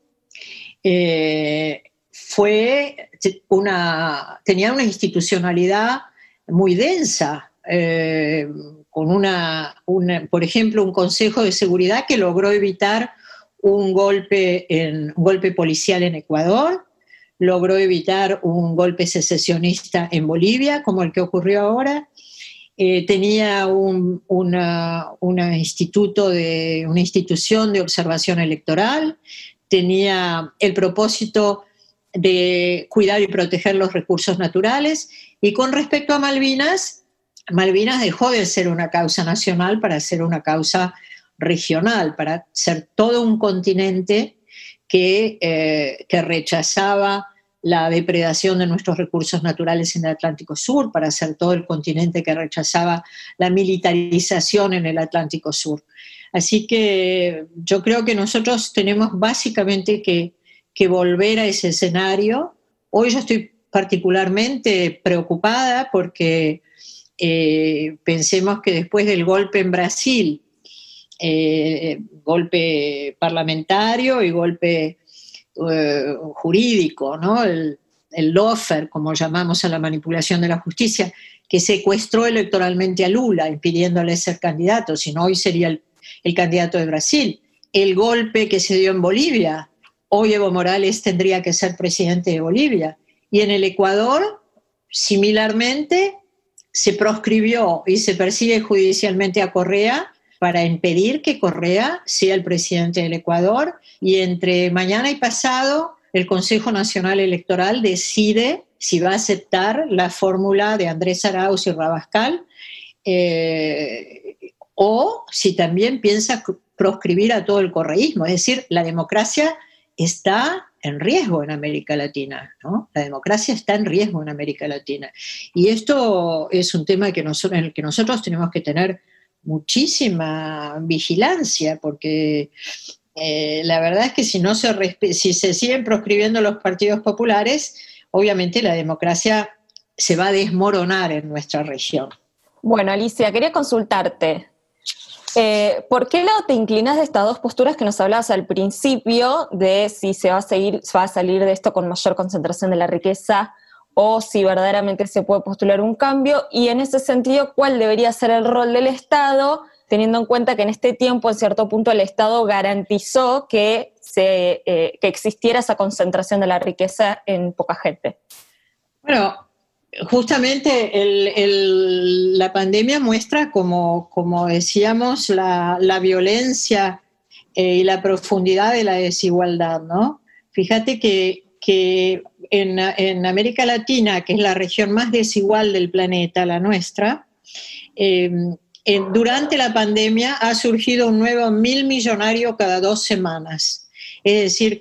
tenía una institucionalidad muy densa, con por ejemplo, un Consejo de Seguridad que logró evitar un golpe policial en Ecuador, logró evitar un golpe secesionista en Bolivia, como el que ocurrió ahora. Tenía una institución de observación electoral, tenía el propósito de cuidar y proteger los recursos naturales, y con respecto a Malvinas dejó de ser una causa nacional para ser una causa regional, para ser todo un continente que rechazaba la depredación de nuestros recursos naturales en el Atlántico Sur, para ser todo el continente que rechazaba la militarización en el Atlántico Sur. Así que yo creo que nosotros tenemos básicamente que volver a ese escenario. Hoy yo estoy particularmente preocupada porque pensemos que después del golpe en Brasil, golpe parlamentario y golpe jurídico, ¿no? El lawfare, como llamamos a la manipulación de la justicia, que secuestró electoralmente a Lula, impidiéndole ser candidato, si no hoy sería el candidato de Brasil. El golpe que se dio en Bolivia, hoy Evo Morales tendría que ser presidente de Bolivia. Y en el Ecuador, similarmente, se proscribió y se persigue judicialmente a Correa para impedir que Correa sea el presidente del Ecuador, y entre mañana y pasado el Consejo Nacional Electoral decide si va a aceptar la fórmula de Andrés Arauz y Rabascal o si también piensa proscribir a todo el correísmo. Es decir, la democracia está en riesgo en América Latina, ¿no? La democracia está en riesgo en América Latina. Y esto es un tema en el que nosotros tenemos que tener muchísima vigilancia, porque la verdad es que si se siguen proscribiendo los partidos populares, obviamente la democracia se va a desmoronar en nuestra región. Bueno, Alicia, quería consultarte. ¿Por qué lado te inclinas de estas dos posturas que nos hablabas al principio, de si se va a salir de esto con mayor concentración de la riqueza o si verdaderamente se puede postular un cambio? Y en ese sentido, ¿cuál debería ser el rol del Estado, teniendo en cuenta que en este tiempo, en cierto punto, el Estado garantizó que existiera esa concentración de la riqueza en poca gente? Bueno, justamente la pandemia muestra, como decíamos, la violencia y la profundidad de la desigualdad, ¿no? Fíjate que en América Latina, que es la región más desigual del planeta, la nuestra, durante la pandemia ha surgido un nuevo 1.000 millonario cada 2 semanas. Es decir,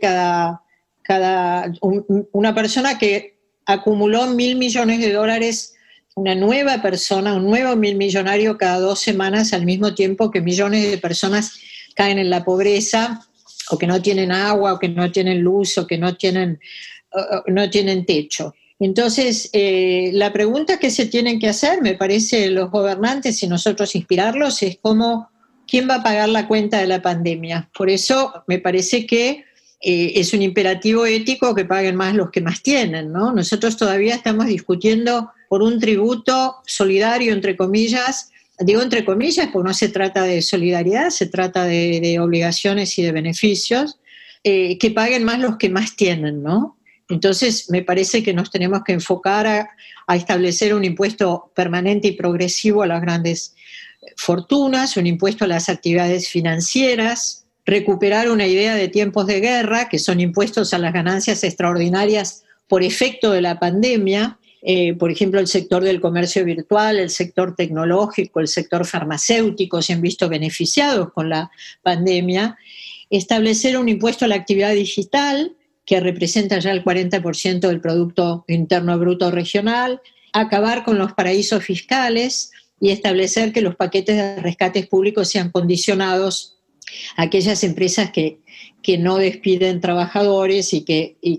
una persona que acumuló $1.000 millones, una nueva persona, un nuevo 1.000 millonario cada 2 semanas, al mismo tiempo que millones de personas caen en la pobreza, o que no tienen agua, o que no tienen luz, o que no tienen techo. Entonces, la pregunta que se tienen que hacer, me parece, los gobernantes y nosotros inspirarlos, es cómo ¿quién va a pagar la cuenta de la pandemia? Por eso me parece que es un imperativo ético que paguen más los que más tienen, ¿no? Nosotros todavía estamos discutiendo por un tributo solidario, entre comillas. Digo entre comillas porque no se trata de solidaridad, se trata de obligaciones y de beneficios, que paguen más los que más tienen, ¿no? Entonces me parece que nos tenemos que enfocar a establecer un impuesto permanente y progresivo a las grandes fortunas, un impuesto a las actividades financieras, recuperar una idea de tiempos de guerra, que son impuestos a las ganancias extraordinarias por efecto de la pandemia, por ejemplo, el sector del comercio virtual, el sector tecnológico, el sector farmacéutico se han visto beneficiados con la pandemia. Establecer un impuesto a la actividad digital, que representa ya el 40% del Producto Interno Bruto Regional, acabar con los paraísos fiscales y establecer que los paquetes de rescates públicos sean condicionados a aquellas empresas que no despiden trabajadores y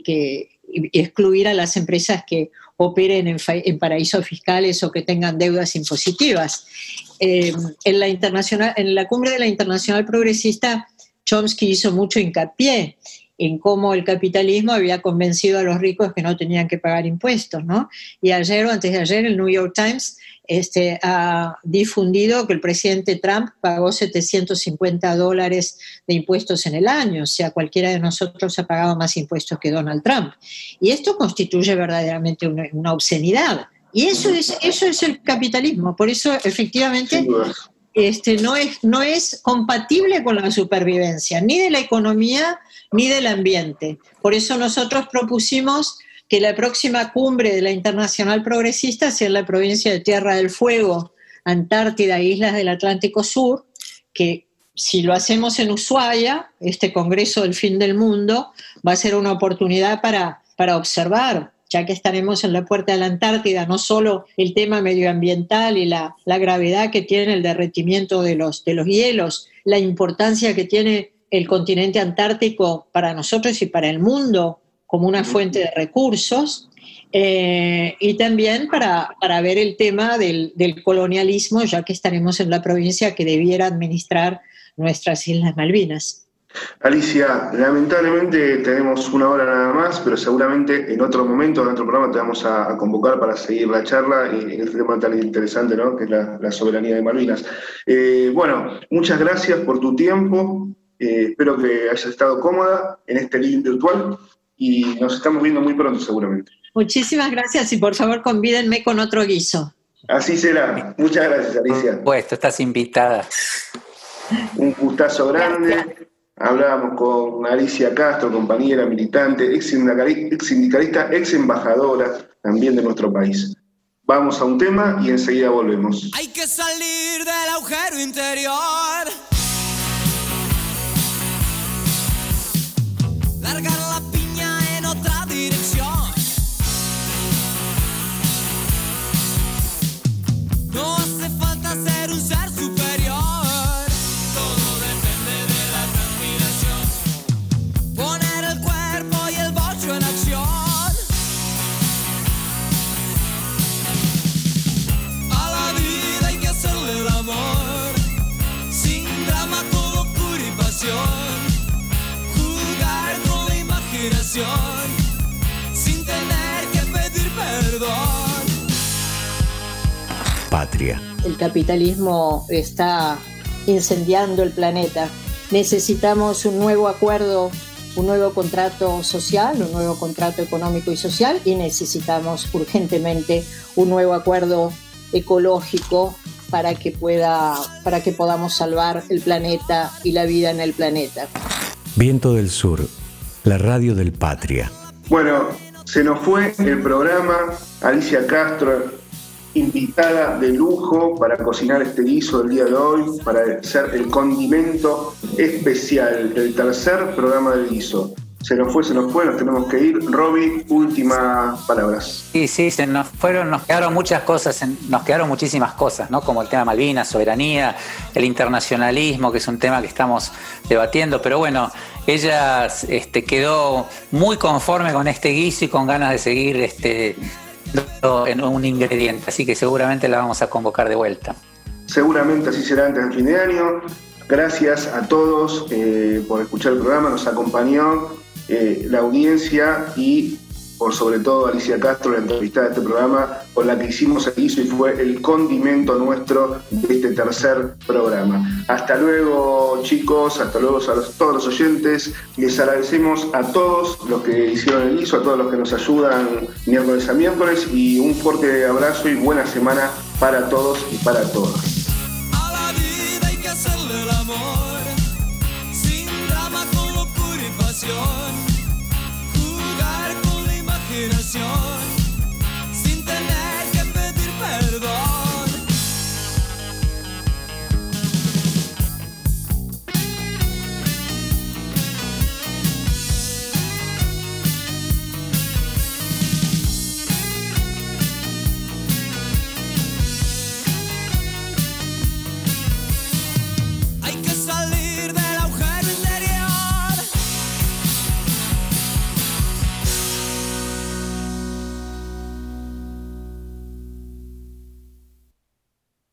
excluir a las empresas que operen en paraísos fiscales o que tengan deudas impositivas. En la cumbre de la Internacional Progresista, Chomsky hizo mucho hincapié en cómo el capitalismo había convencido a los ricos que no tenían que pagar impuestos, ¿no? Y ayer o antes de ayer el New York Times ha difundido que el presidente Trump pagó $750 de impuestos en el año, o sea, cualquiera de nosotros ha pagado más impuestos que Donald Trump. Y esto constituye verdaderamente una obscenidad. Y eso es el capitalismo. Por eso, efectivamente, no es compatible con la supervivencia, ni de la economía ni del ambiente. Por eso nosotros propusimos que la próxima cumbre de la Internacional Progresista sea en la provincia de Tierra del Fuego, Antártida e Islas del Atlántico Sur, que si lo hacemos en Ushuaia, este Congreso del Fin del Mundo, va a ser una oportunidad para observar, ya que estaremos en la puerta de la Antártida, no solo el tema medioambiental y la gravedad que tiene el derretimiento de los hielos, la importancia que tiene el continente antártico para nosotros y para el mundo como una fuente de recursos, y también para ver el tema del colonialismo, ya que estaremos en la provincia que debiera administrar nuestras Islas Malvinas. Alicia, lamentablemente tenemos una hora nada más, pero seguramente en otro momento, en otro programa, te vamos a convocar para seguir la charla en este tema tan interesante, ¿no?, que es la soberanía de Malvinas. Bueno, muchas gracias por tu tiempo, espero que hayas estado cómoda en este link virtual y nos estamos viendo muy pronto seguramente. Muchísimas gracias y por favor convídenme con otro guiso. Así será. Muchas gracias, Alicia. Pues tú estás invitada. Un gustazo grande. Gracias. Hablábamos con Alicia Castro, compañera, militante, ex sindicalista, ex embajadora también de nuestro país. Vamos a un tema y enseguida volvemos. Hay que salir del agujero interior, largar la piña en otra dirección. No hace falta ser un ser superior. Jugar con la imaginación sin tener que pedir perdón. Patria. El capitalismo está incendiando el planeta. Necesitamos un nuevo acuerdo, un nuevo contrato social, un nuevo contrato económico y social, y necesitamos urgentemente un nuevo acuerdo ecológico para que podamos salvar el planeta y la vida en el planeta. Viento del Sur, la radio del Patria. Bueno, se nos fue el programa. Alicia Castro, invitada de lujo para cocinar este guiso del día de hoy, para ser el condimento especial del tercer programa del guiso. Se nos fue, nos tenemos que ir. Roby, últimas palabras. Sí, nos quedaron muchas cosas, nos quedaron muchísimas cosas, ¿no? Como el tema Malvinas, soberanía, el internacionalismo, que es un tema que estamos debatiendo, pero bueno, ella quedó muy conforme con este guiso y con ganas de seguir en un ingrediente, así que seguramente la vamos a convocar de vuelta. Seguramente así será antes del fin de año. Gracias a todos por escuchar el programa, nos acompañó la audiencia y por sobre todo Alicia Castro, la entrevistada de este programa, con la que hicimos el guiso y fue el condimento nuestro de este tercer programa. Hasta luego, chicos, hasta luego a todos los oyentes. Les agradecemos a todos los que hicieron el guiso, a todos los que nos ayudan miércoles a miércoles, y un fuerte abrazo y buena semana para todos y para todas. A la vida hay que hacerle el amor, sin drama, con locura y pasión, jugar con la imaginación.